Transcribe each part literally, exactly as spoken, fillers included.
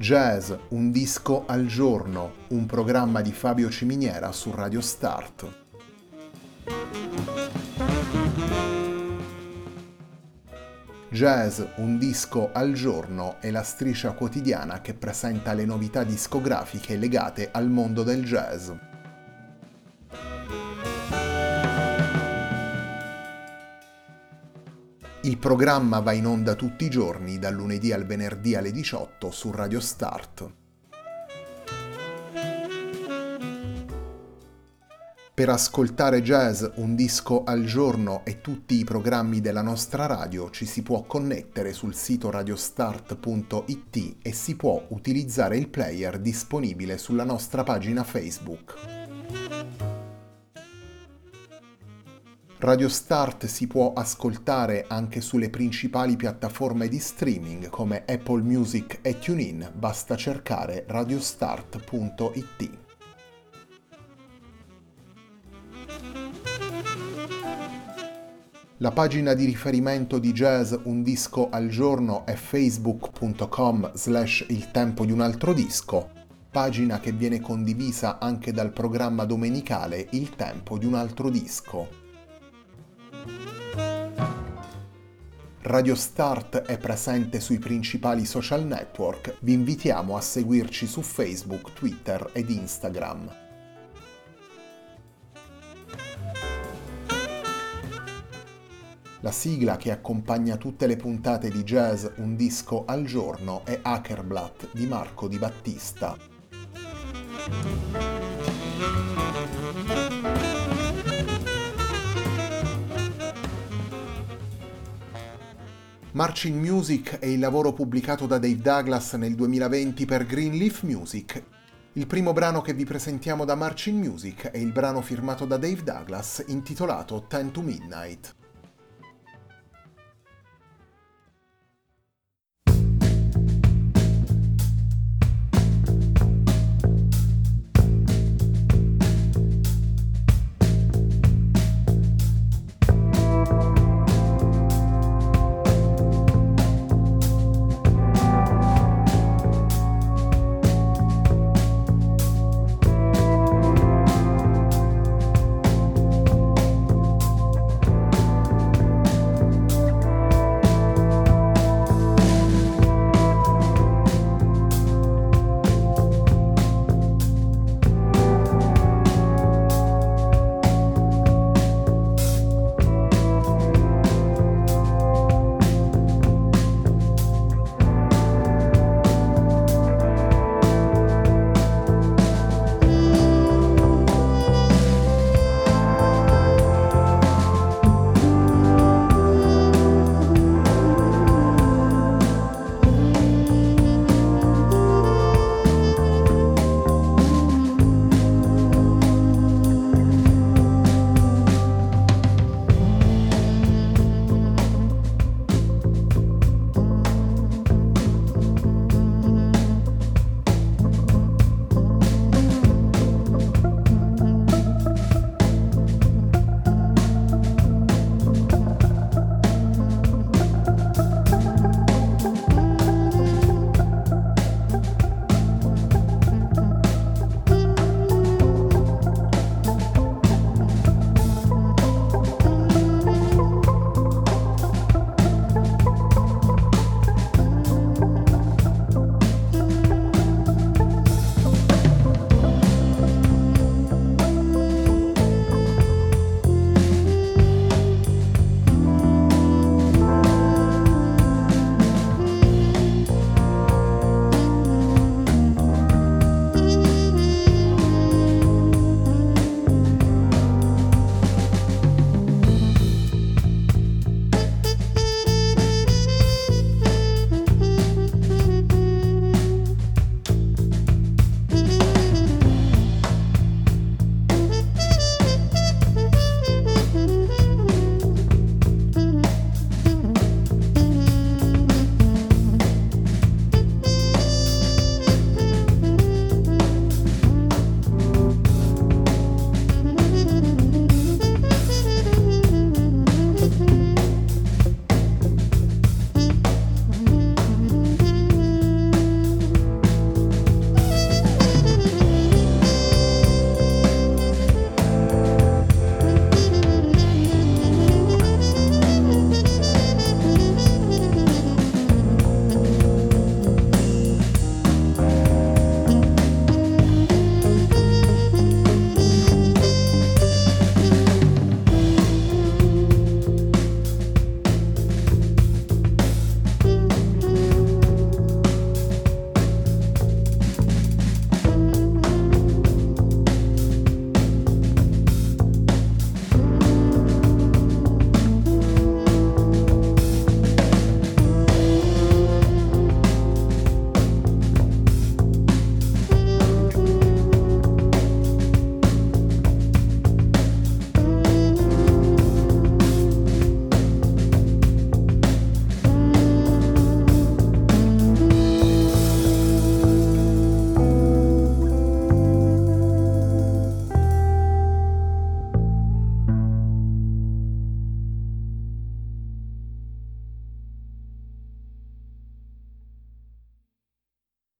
Jazz, un disco al giorno, un programma di Fabio Ciminiera su Radio Start. Jazz, un disco al giorno è la striscia quotidiana che presenta le novità discografiche legate al mondo del jazz. Il programma va in onda tutti i giorni, dal lunedì al venerdì alle diciotto su Radio Start. Per ascoltare Jazz, un disco al giorno e tutti i programmi della nostra radio ci si può connettere sul sito radiostart punto it e si può utilizzare il player disponibile sulla nostra pagina Facebook. Radio Start si può ascoltare anche sulle principali piattaforme di streaming come Apple Music e TuneIn, basta cercare radiostart punto it. La pagina di riferimento di Jazz Un Disco al Giorno è facebook punto com slash il tempo di un altro disco, pagina che viene condivisa anche dal programma domenicale Il tempo di un altro disco. Radio Start è presente sui principali social network, vi invitiamo a seguirci su Facebook, Twitter ed Instagram. La sigla che accompagna tutte le puntate di Jazz Un Disco al Giorno è Hackerblatt di Marco Di Battista. Marching Music è il lavoro pubblicato da Dave Douglas nel duemilaventi per Greenleaf Music. Il primo brano che vi presentiamo da Marching Music è il brano firmato da Dave Douglas intitolato Ten to Midnight.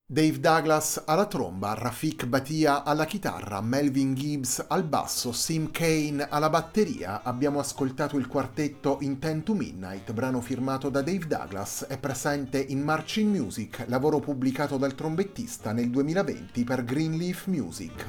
Dave Douglas alla tromba, Rafik Batia alla chitarra, Melvin Gibbs al basso, Sim Kane alla batteria. Abbiamo ascoltato il quartetto In Ten to Midnight, brano firmato da Dave Douglas, è presente in Marching Music, lavoro pubblicato dal trombettista nel duemilaventi per Greenleaf Music.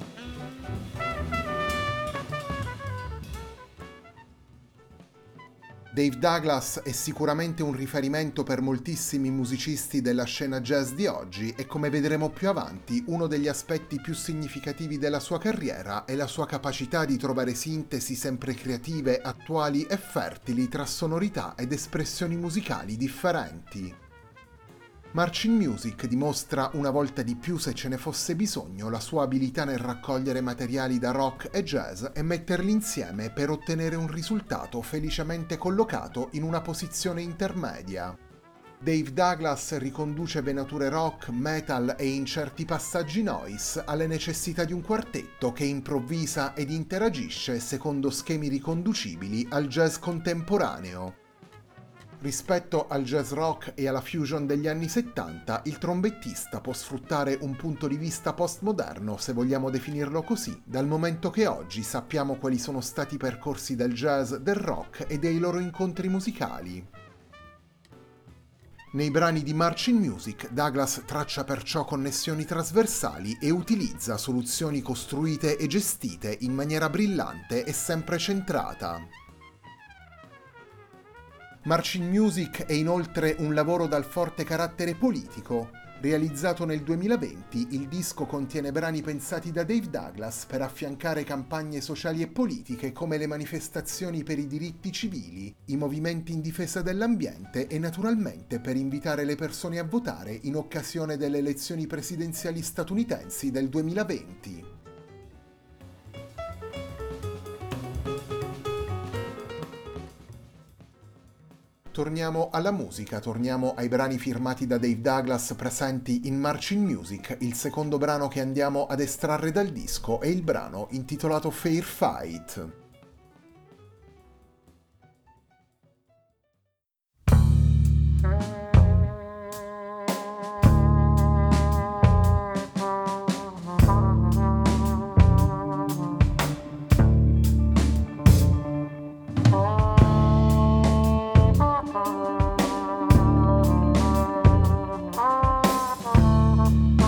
Dave Douglas è sicuramente un riferimento per moltissimi musicisti della scena jazz di oggi e, come vedremo più avanti, uno degli aspetti più significativi della sua carriera è la sua capacità di trovare sintesi sempre creative, attuali e fertili tra sonorità ed espressioni musicali differenti. Marching Music dimostra una volta di più, se ce ne fosse bisogno, la sua abilità nel raccogliere materiali da rock e jazz e metterli insieme per ottenere un risultato felicemente collocato in una posizione intermedia. Dave Douglas riconduce venature rock, metal e in certi passaggi noise alle necessità di un quartetto che improvvisa ed interagisce secondo schemi riconducibili al jazz contemporaneo. Rispetto al jazz rock e alla fusion degli anni settanta, il trombettista può sfruttare un punto di vista postmoderno, se vogliamo definirlo così, dal momento che oggi sappiamo quali sono stati i percorsi del jazz, del rock e dei loro incontri musicali. Nei brani di Marching Music, Douglas traccia perciò connessioni trasversali e utilizza soluzioni costruite e gestite in maniera brillante e sempre centrata. Marching Music è inoltre un lavoro dal forte carattere politico. Realizzato nel duemilaventi, il disco contiene brani pensati da Dave Douglas per affiancare campagne sociali e politiche come le manifestazioni per i diritti civili, i movimenti in difesa dell'ambiente e naturalmente per invitare le persone a votare in occasione delle elezioni presidenziali statunitensi del duemilaventi. Torniamo alla musica, torniamo ai brani firmati da Dave Douglas presenti in Marching Music. Il secondo brano che andiamo ad estrarre dal disco è il brano intitolato Fair Fight.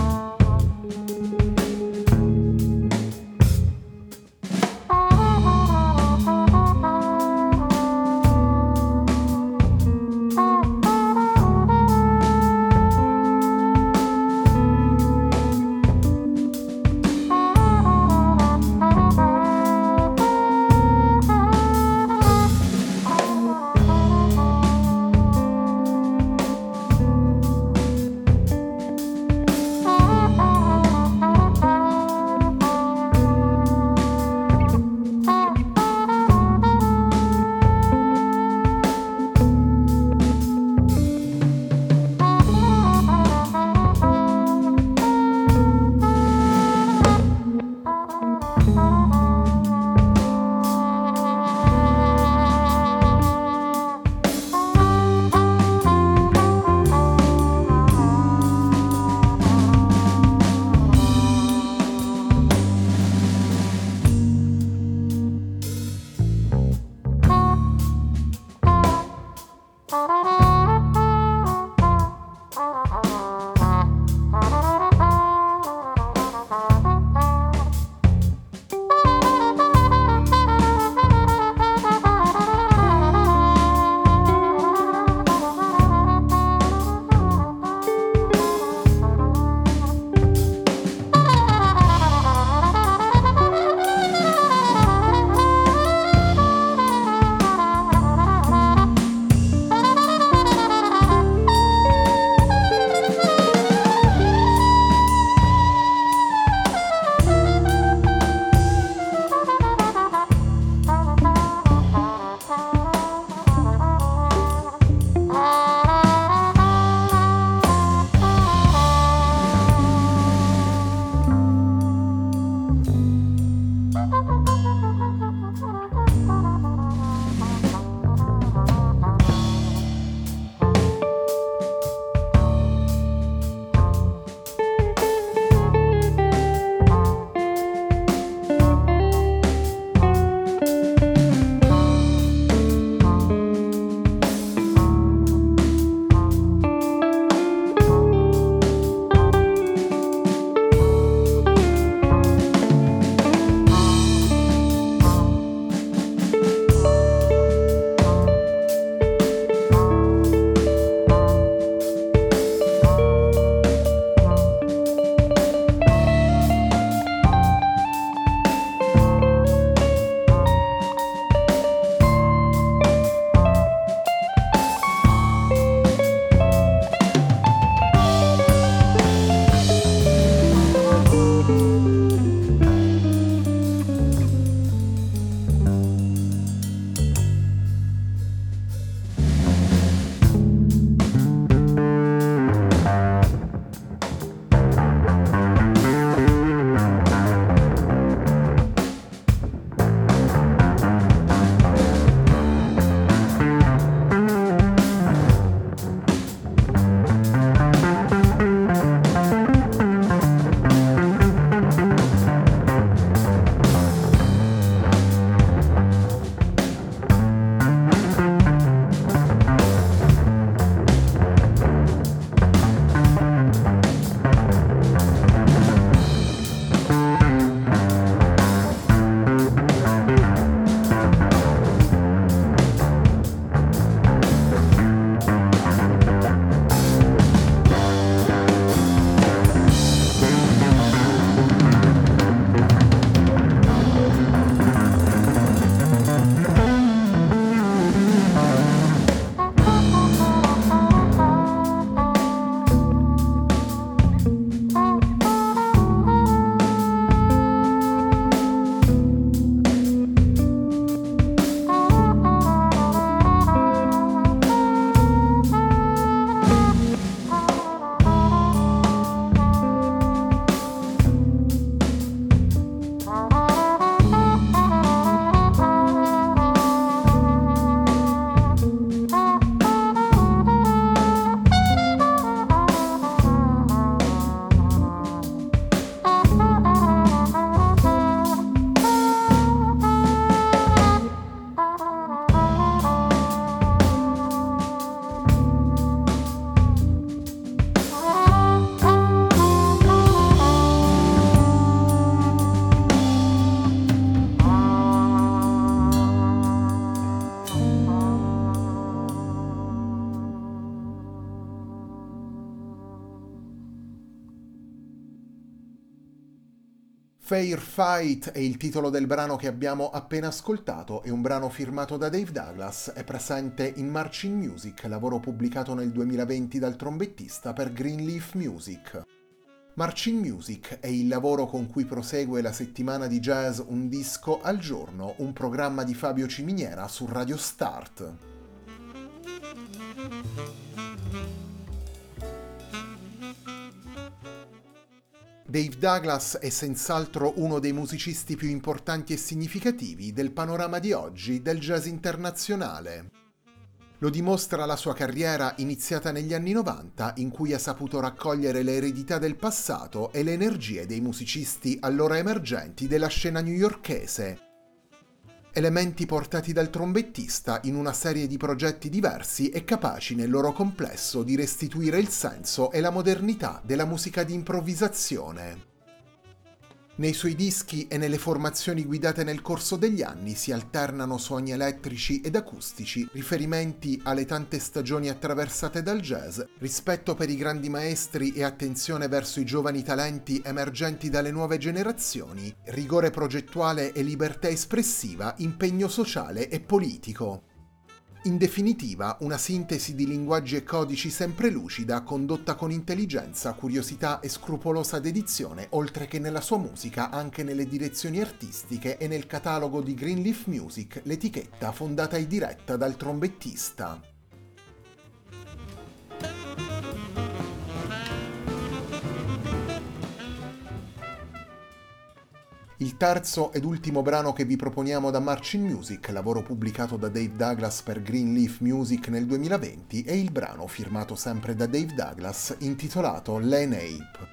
Oh Fair Fight è il titolo del brano che abbiamo appena ascoltato, è un brano firmato da Dave Douglas, è presente in Marching Music, lavoro pubblicato nel duemilaventi dal trombettista per Greenleaf Music. Marching Music è il lavoro con cui prosegue la settimana di jazz Un disco al giorno, un programma di Fabio Ciminiera su Radio Start. Dave Douglas è senz'altro uno dei musicisti più importanti e significativi del panorama di oggi del jazz internazionale. Lo dimostra la sua carriera iniziata negli anni novanta, in cui ha saputo raccogliere le eredità del passato e le energie dei musicisti allora emergenti della scena newyorkese. Elementi portati dal trombettista in una serie di progetti diversi e capaci nel loro complesso di restituire il senso e la modernità della musica di improvvisazione. Nei suoi dischi e nelle formazioni guidate nel corso degli anni si alternano suoni elettrici ed acustici, riferimenti alle tante stagioni attraversate dal jazz, rispetto per i grandi maestri e attenzione verso i giovani talenti emergenti dalle nuove generazioni, rigore progettuale e libertà espressiva, impegno sociale e politico. In definitiva, una sintesi di linguaggi e codici sempre lucida, condotta con intelligenza, curiosità e scrupolosa dedizione, oltre che nella sua musica, anche nelle direzioni artistiche e nel catalogo di Greenleaf Music, l'etichetta fondata e diretta dal trombettista. Il terzo ed ultimo brano che vi proponiamo da Marching Music, lavoro pubblicato da Dave Douglas per Greenleaf Music nel duemilaventi, è il brano firmato sempre da Dave Douglas intitolato Lane Ape.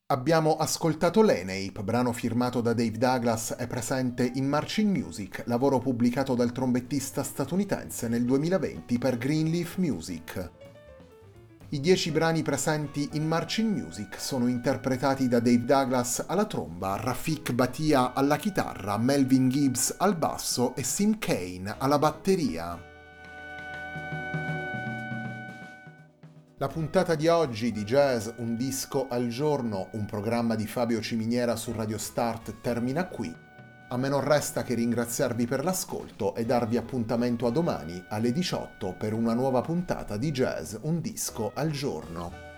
Abbiamo ascoltato Lenape, brano firmato da Dave Douglas e presente in Marching Music, lavoro pubblicato dal trombettista statunitense nel duemilaventi per Greenleaf Music. I dieci brani presenti in Marching Music sono interpretati da Dave Douglas alla tromba, Rafik Batia alla chitarra, Melvin Gibbs al basso e Sim Kane alla batteria. La puntata di oggi di Jazz Un disco al giorno, un programma di Fabio Ciminiera su Radio Start, termina qui. A me non resta che ringraziarvi per l'ascolto e darvi appuntamento a domani alle diciotto per una nuova puntata di Jazz Un disco al giorno.